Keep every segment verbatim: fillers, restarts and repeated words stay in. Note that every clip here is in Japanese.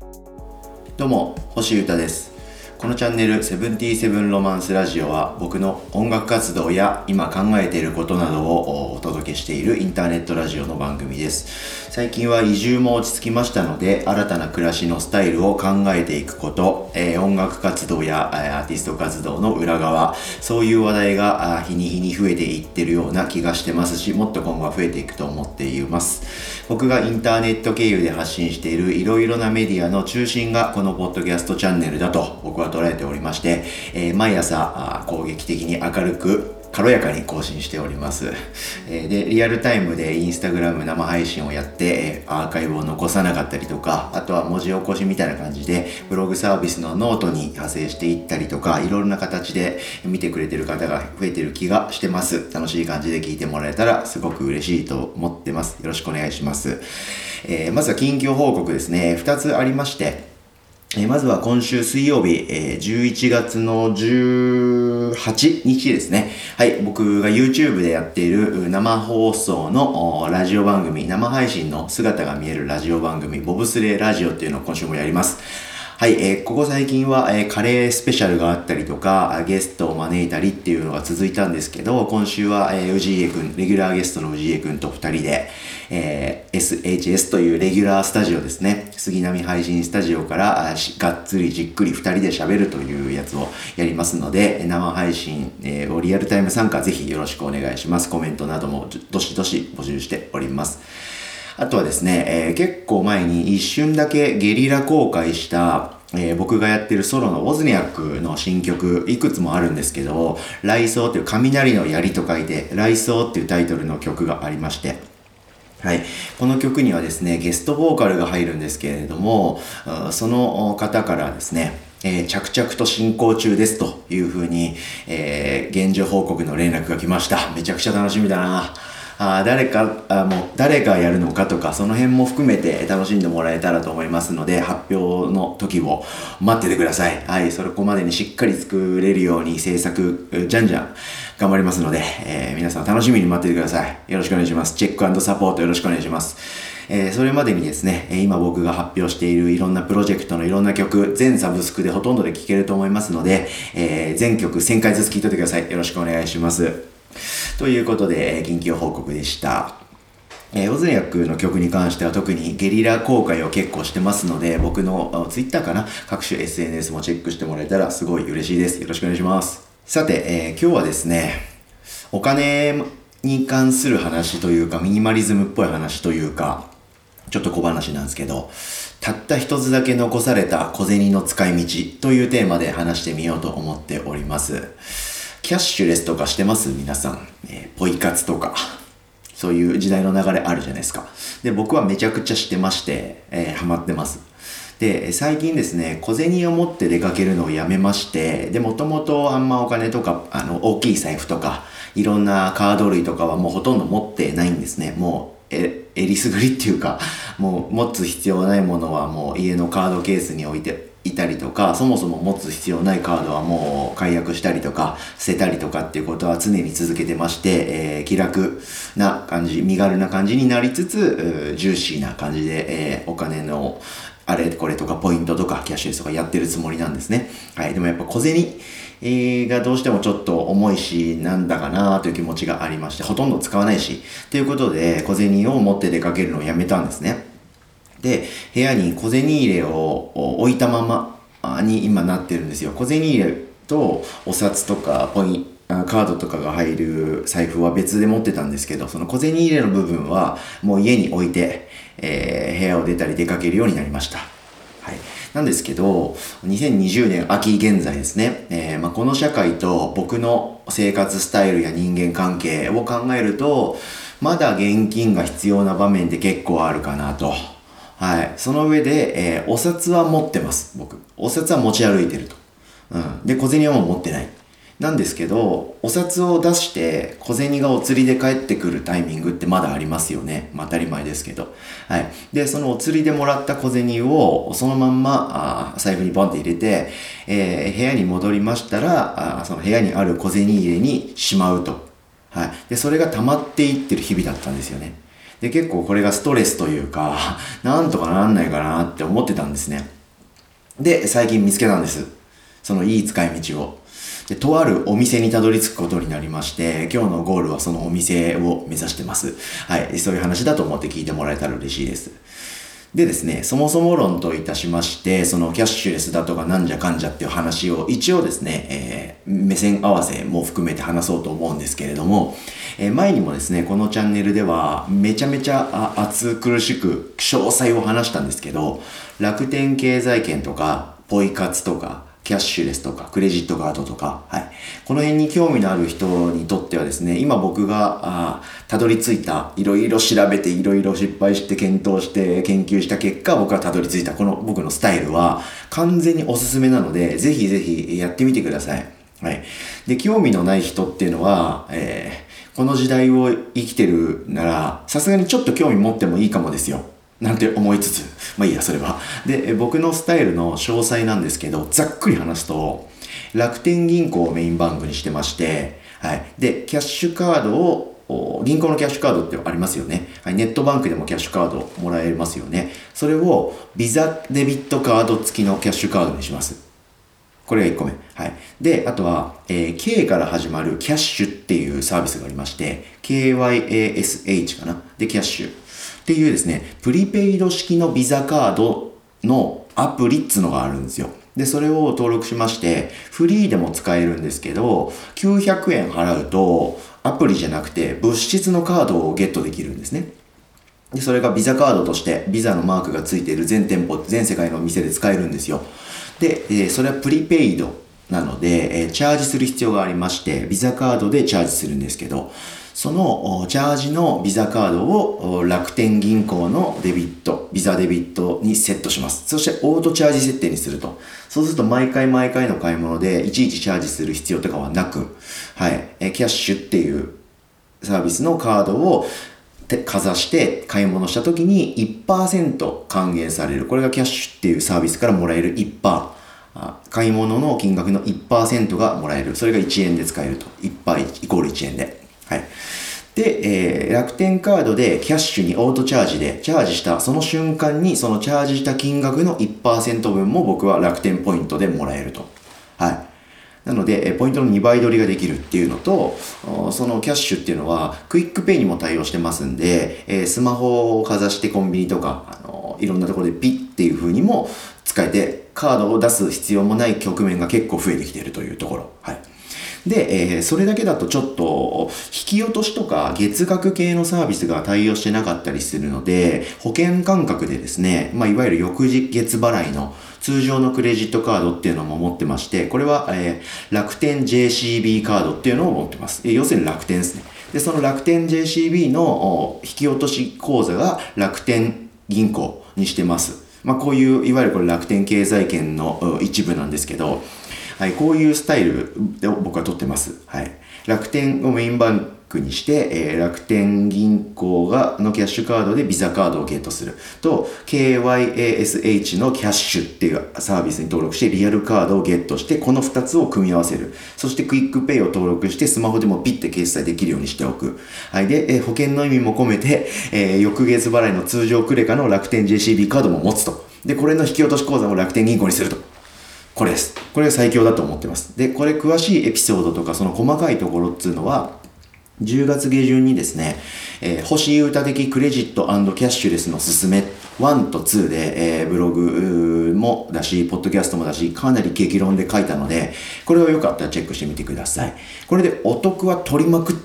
どうも、星歌です。このチャンネルセブンティーセブンロマンスラジオは僕の音楽活動や今考えていることなどをお届けしているインターネットラジオの番組です。最近は移住も落ち着きましたので、新たな暮らしのスタイルを考えていくこと、えー、音楽活動やアーティスト活動の裏側、そういう話題が日に日に増えていってるような気がしてますし、もっと今後は増えていくと思っています。僕がインターネット経由で発信しているいろいろなメディアの中心がこのポッドキャストチャンネルだと僕は捉えておりまして、えー、毎朝攻撃的に明るく軽やかに更新しております。えー、で、リアルタイムでインスタグラム生配信をやって、アーカイブを残さなかったりとか、あとは文字起こしみたいな感じで、ブログサービスのノートに派生していったりとか、いろいろな形で見てくれてる方が増えてる気がしてます。楽しい感じで聞いてもらえたらすごく嬉しいと思ってます。よろしくお願いします。えー、まずは近況報告ですね。ふたつありまして、えー、まずは今週水曜日、えー、じゅういちがつのじゅうはちにちですね。はい、僕が YouTube でやっている生放送のラジオ番組、生配信の姿が見えるラジオ番組、ボブスレーラジオっていうのを今週もやります。はい、えー、ここ最近は、えー、カレースペシャルがあったりとか、ゲストを招いたりっていうのが続いたんですけど、今週は、えー、氏家くん、レギュラーゲストの氏家くんとふたりで、えー、エスエイチエス というレギュラースタジオですね。杉並配信スタジオからがっつりじっくりふたりで喋るというやつをやりますので、生配信、えー、をリアルタイム参加ぜひよろしくお願いします。コメントなどもどしどし募集しております。あとはですね、えー、結構前に一瞬だけゲリラ公開した、えー、僕がやってるソロのウォズニャックの新曲いくつもあるんですけど、雷奏っていう雷の槍と書いて雷奏っていうタイトルの曲がありまして、はい。この曲にはですね、ゲストボーカルが入るんですけれども、その方からですね、えー、着々と進行中ですというふうに、えー、現状報告の連絡が来ました。めちゃくちゃ楽しみだな。あ誰かあもう誰がやるのかとかその辺も含めて楽しんでもらえたらと思いますので、発表の時を待っててください。はい、それこまでにしっかり作れるように制作じゃんじゃん頑張りますので、えー、皆さん楽しみに待っててください。よろしくお願いします。チェック&サポートよろしくお願いします。えー、それまでにですね、今僕が発表しているいろんなプロジェクトのいろんな曲、全サブスクでほとんどで聴けると思いますので、えー、全曲せんかいずつ聴いておいてください。よろしくお願いします。ということで、近況報告でした。えー、オズニャックの曲に関しては特にゲリラ公開を結構してますので、僕のツイッターかな、各種 エスエヌエス もチェックしてもらえたらすごい嬉しいです。よろしくお願いします。さて、えー、今日はですね、お金に関する話というか、ミニマリズムっぽい話というか、ちょっと小話なんですけど、たった一つだけ残された小銭の使い道というテーマで話してみようと思っております。キャッシュレスとかしてます皆さん、えー、ポイ活とかそういう時代の流れあるじゃないですか。で、僕はめちゃくちゃしてまして、えー、ハマってます。で、最近ですね、小銭を持って出かけるのをやめまして、で、もともとあんまお金とか、あの、大きい財布とか、いろんなカード類とかはもうほとんど持ってないんですね。もう、え、えりすぐりっていうか、もう持つ必要ないものはもう家のカードケースに置いて、いたりとか、そもそも持つ必要ないカードはもう解約したりとか捨てたりとかっていうことは常に続けてまして、えー、気楽な感じ、身軽な感じになりつつ、ジューシーな感じで、えー、お金のあれこれとかポイントとかキャッシュレスとかやってるつもりなんですね。はい。でもやっぱ小銭、えー、がどうしてもちょっと重いし、なんだかなという気持ちがありまして、ほとんど使わないしということで小銭を持って出かけるのをやめたんですね。で、部屋に小銭入れを置いたままに今なってるんですよ。小銭入れとお札とかポインカードとかが入る財布は別で持ってたんですけど、その小銭入れの部分はもう家に置いて、えー、部屋を出たり出かけるようになりました。はい。なんですけど、にせんにじゅうねん秋現在ですね、えーまあ、この社会と僕の生活スタイルや人間関係を考えると、まだ現金が必要な場面って結構あるかなと。はい。その上で、えー、お札は持ってます。僕。お札は持ち歩いてると。うん。で、小銭はもう持ってない。なんですけど、お札を出して小銭がお釣りで返ってくるタイミングってまだありますよね。まあ当たり前ですけど。はい。で、そのお釣りでもらった小銭をそのまんまあ財布にボンって入れて、えー、部屋に戻りましたら、あその部屋にある小銭入れにしまうと。はい。で、それが溜まっていってる日々だったんですよね。で、結構これがストレスというか、なんとかなんないかなって思ってたんですね。 で、最近見つけたんです。そのいい使い道を。で、とあるお店にたどり着くことになりまして、今日のゴールはそのお店を目指してます。はい。そういう話だと思って聞いてもらえたら嬉しいです。でですね、そもそも論といたしまして、そのキャッシュレスだとかなんじゃかんじゃっていう話を一応ですね、えー、目線合わせも含めて話そうと思うんですけれども、えー、前にもですね、このチャンネルではめちゃめちゃ熱苦しく詳細を話したんですけど、楽天経済圏とか、ポイ活とか、キャッシュレスとか、クレジットカードとか、はい。この辺に興味のある人にとってはですね、今僕が、あたどり着いた、いろいろ調べて、いろいろ失敗して検討して研究した結果、僕がたどり着いたこの僕のスタイルは完全におすすめなので、ぜひぜひやってみてください。はい。で、興味のない人っていうのは、えー、この時代を生きてるなら、さすがにちょっと興味持ってもいいかもですよ。なんて思いつつ、まあいいや、それは。で、僕のスタイルの詳細なんですけど、ざっくり話すと、楽天銀行をメインバンクにしてまして、はい。で、キャッシュカードを、銀行のキャッシュカードってありますよね。はい。ネットバンクでもキャッシュカードもらえますよね。それを、ビザデビットカード付きのキャッシュカードにします。これがいっこめ。はい。で、あとは、えー、K から始まるキャッシュっていうサービスがありまして、ケーワイエーエスエイチ かな。で、キャッシュ。っていうですね、プリペイド式のビザカードのアプリっつうのがあるんですよ。で、それを登録しまして、フリーでも使えるんですけど、きゅうひゃくえん払うと、アプリじゃなくて物質のカードをゲットできるんですね。で、それがビザカードとして、ビザのマークがついている全店舗、全世界の店で使えるんですよ。で、えー、それはプリペイドなので、えー、チャージする必要がありまして、ビザカードでチャージするんですけど、そのチャージのビザカードを楽天銀行のデビット、ビザデビットにセットします。そしてオートチャージ設定にすると。そうすると毎回毎回の買い物でいちいちチャージする必要とかはなく、はい、キャッシュっていうサービスのカードをかざして買い物した時に いちパーセント 還元される。これがキャッシュっていうサービスからもらえる いちパーセント。買い物の金額の いちパーセント がもらえる。それがいちえんで使えると。いちパーセント イコールいちえんで。はい。で、えー、楽天カードでキャッシュにオートチャージでチャージしたその瞬間にそのチャージした金額の いちパーセント 分も僕は楽天ポイントでもらえると。はい。なので、ポイントのにばい取りができるっていうのと、そのキャッシュっていうのはクイックペイにも対応してますんで、えー、スマホをかざしてコンビニとか、あのいろんなところでピッっていう風にも使えて、カードを出す必要もない局面が結構増えてきているというところ。はい。で、えー、それだけだとちょっと引き落としとか月額系のサービスが対応してなかったりするので、保険感覚でですね、まあ、いわゆる翌月払いの通常のクレジットカードっていうのも持ってまして、これは、えー、楽天 ジェーシービー カードっていうのを持ってます。えー、要するに楽天ですね。で、その楽天 ジェーシービー の引き落とし口座が楽天銀行にしてます。まあ、こういう、いわゆるこれ楽天経済圏の一部なんですけど、はい、こういうスタイルを僕は取ってます。はい。楽天をメインバンクにして、えー、楽天銀行がのキャッシュカードでビザカードをゲットすると、ケーワイエーエスエイチ のキャッシュっていうサービスに登録してリアルカードをゲットして、このふたつを組み合わせる。そしてクイックペイを登録してスマホでもピッて決済できるようにしておく。はい。で、えー、保険の意味も込めて、えー、翌月払いの通常クレカの楽天 ジェーシービー カードも持つと。で、これの引き落とし口座も楽天銀行にすると。これです。これが最強だと思ってます。で、これ詳しいエピソードとかその細かいところっていうのは、じゅうがつ下旬にですね、えー、星優太的クレジット&キャッシュレスのすすめいちとにで、えー、ブログもだし、ポッドキャストもだし、かなり激論で書いたので、これをよかったらチェックしてみてください。これでお得は取りまくって、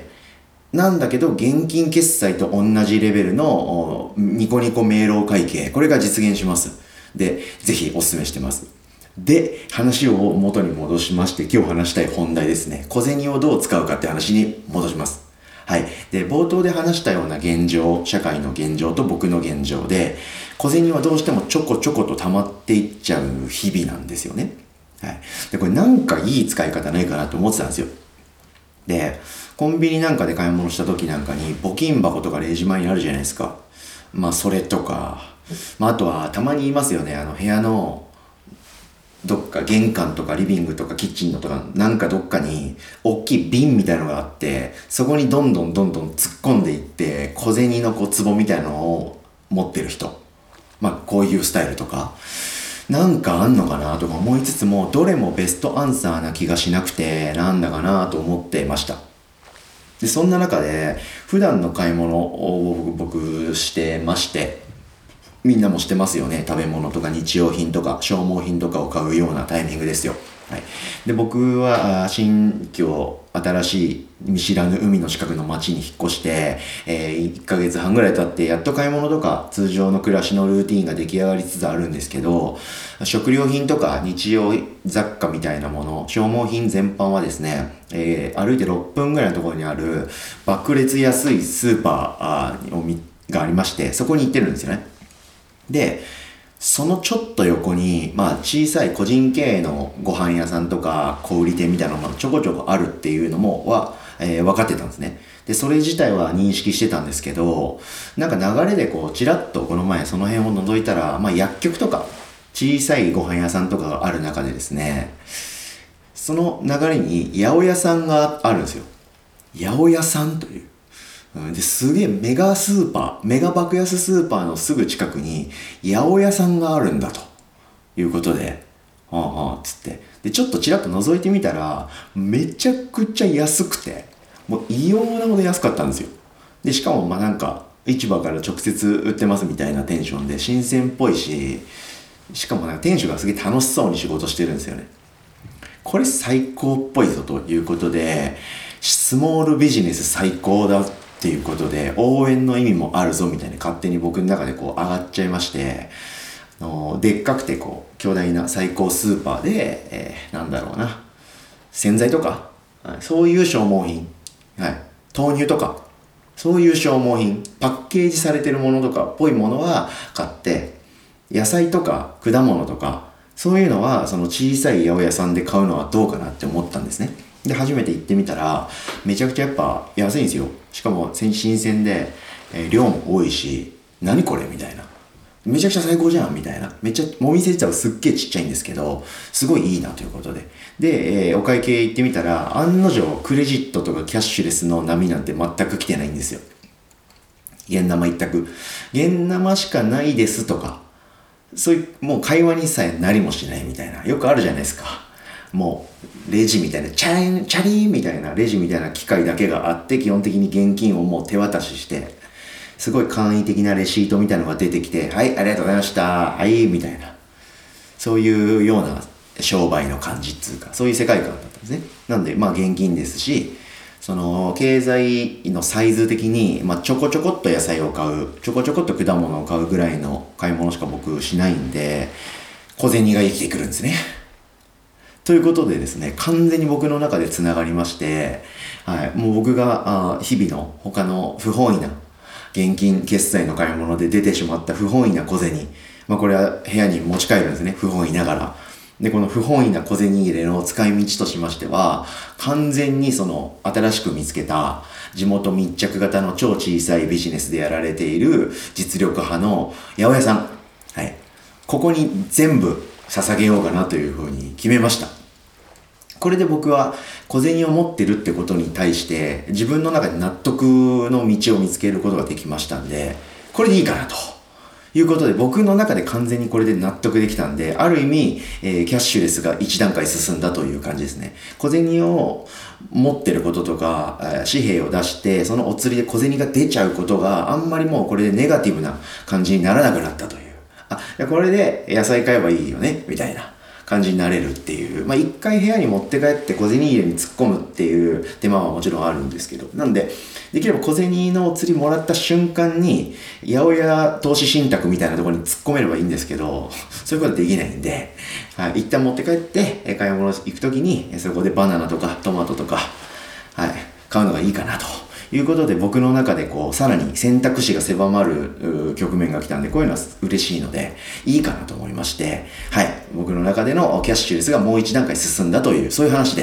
なんだけど現金決済と同じレベルのニコニコ明朗会計、これが実現します。で、ぜひお勧めしてます。で、話を元に戻しまして、今日話したい本題ですね。小銭をどう使うかって話に戻します。はい。で、冒頭で話したような現状、社会の現状と僕の現状で、小銭はどうしてもちょこちょこと溜まっていっちゃう日々なんですよね。はい。で、これなんかいい使い方ないかなと思ってたんですよ。で、コンビニなんかで買い物した時なんかに、募金箱とかレジ前にあるじゃないですか。まあ、それとか、まあ、あとはたまに言いますよね。あの、部屋の、どっか玄関とかリビングとかキッチンのとかなんかどっかに大きい瓶みたいのがあって、そこにどんどんどんどん突っ込んでいって小銭のこう壺みたいなのを持ってる人、まあこういうスタイルとか、 なんかあんのかなとか思いつつも、どれもベストアンサーな気がしなくて、なんだかなと思ってました。で、そんな中で、普段の買い物を僕してまして、みんなもしてますよね。食べ物とか日用品とか消耗品とかを買うようなタイミングですよ。はい。で、僕は新居、新しい見知らぬ海の近くの町に引っ越して、えー、いっかげつはんぐらい経ってやっと買い物とか通常の暮らしのルーティンが出来上がりつつあるんですけど、食料品とか日用雑貨みたいなもの、消耗品全般はですね、えー、歩いてろっぷんぐらいのところにある爆裂安いスーパーをがありまして、そこに行ってるんですよね。で、そのちょっと横に、まあ小さい個人経営のご飯屋さんとか小売店みたいなのがちょこちょこあるっていうのもは、えー、分かってたんですね。で、それ自体は認識してたんですけど、なんか流れでこう、ちらっとこの前その辺を覗いたら、まあ薬局とか小さいご飯屋さんとかがある中でですね、その流れに八百屋さんがあるんですよ。八百屋さんという。ですげえメガスーパー、メガ爆安スーパーのすぐ近くに八百屋さんがあるんだということで、はあはあつって。で、ちょっとちらっと覗いてみたら、めちゃくちゃ安くて、もう異様なほど安かったんですよ。で、しかもまあなんか、市場から直接売ってますみたいなテンションで新鮮っぽいし、しかもなんか店主がすげえ楽しそうに仕事してるんですよね。これ最高っぽいぞということで、スモールビジネス最高だっていうことで、応援の意味もあるぞみたいな勝手に僕の中でこう上がっちゃいまして、あのでっかくてこう巨大な最高スーパーで、えー、なんだろうな、洗剤とか、はい、そういう消耗品、はい、豆乳とか、そういう消耗品、パッケージされてるものとかっぽいものは買って、野菜とか果物とか、そういうのはその小さい八百屋さんで買うのはどうかなって思ったんですね。で、初めて行ってみたら、めちゃくちゃやっぱ安いんですよ。しかも新鮮で、えー、量も多いし、何これみたいな。めちゃくちゃ最高じゃんみたいな。めっちゃ、お店自体はすっげえちっちゃいんですけど、すごいいいなということで。で、えー、お会計行ってみたら、案の定クレジットとかキャッシュレスの波なんて全く来てないんですよ。現生一択。現生しかないですとか、そういうもう会話にさえなりもしないみたいな。よくあるじゃないですか。もうレジみたいなチャリンチャリーンみたいなレジみたいな機械だけがあって、基本的に現金をもう手渡しして、すごい簡易的なレシートみたいなのが出てきて、はいありがとうございましたはいみたいな、そういうような商売の感じっつうか、そういう世界観だったんですね。なんでまあ現金ですし、その経済のサイズ的に、まあ、ちょこちょこっと野菜を買う、ちょこちょこっと果物を買うぐらいの買い物しか僕しないんで、小銭が生きてくるんですね。ということでですね、完全に僕の中でつながりまして、はい、もう僕があ日々の他の不本意な現金決済の買い物で出てしまった不本意な小銭、まあこれは部屋に持ち帰るんですね、不本意ながら。で、この不本意な小銭入れの使い道としましては、完全にその新しく見つけた地元密着型の超小さいビジネスでやられている実力派の八百屋さん、はい、ここに全部捧げようかなというふうに決めました。これで僕は小銭を持ってるってことに対して自分の中で納得の道を見つけることができましたんで、これでいいかなということで、僕の中で完全にこれで納得できたんで、ある意味、えー、キャッシュレスが一段階進んだという感じですね。小銭を持ってることとか、えー、紙幣を出してそのお釣りで小銭が出ちゃうことがあんまりもうこれでネガティブな感じにならなくなったという、あ、これで野菜買えばいいよねみたいな感じになれるっていう、まあ一回部屋に持って帰って小銭入れに突っ込むっていう手間はもちろんあるんですけど、なんでできれば小銭のお釣りもらった瞬間に八百屋投資信託みたいなところに突っ込めればいいんですけど、そういうことはできないんで、はい、一旦持って帰って買い物行くときにそこでバナナとかトマトとか、はい、買うのがいいかなということで、僕の中でこうさらに選択肢が狭まる局面が来たんで、こういうのは嬉しいのでいいかなと思いまして、はい、僕の中でのキャッシュレスがもう一段階進んだという、そういう話で、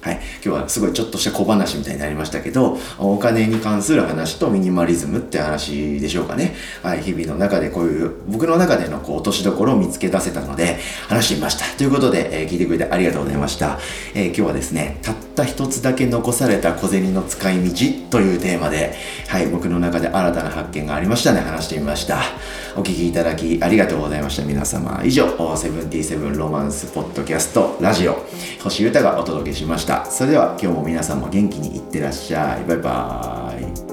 はい、今日はすごいちょっとした小話みたいになりましたけど、お金に関する話とミニマリズムって話でしょうかね。はい、日々の中でこういう僕の中でのこう落としどころを見つけ出せたので話してみました。ということで、えー、聞いてくれてありがとうございました。えー、今日はですね、たった一つだけ残された小銭の使い道というテーマで、はい、僕の中で新たな発見がありましたね、話してみました。お聞きいただきありがとうございました。皆様、以上セブンティーセブンロマンスポッドキャストラジオ星歌がお届けしました。それでは今日も皆さんも元気にいってらっしゃい。バイバーイ。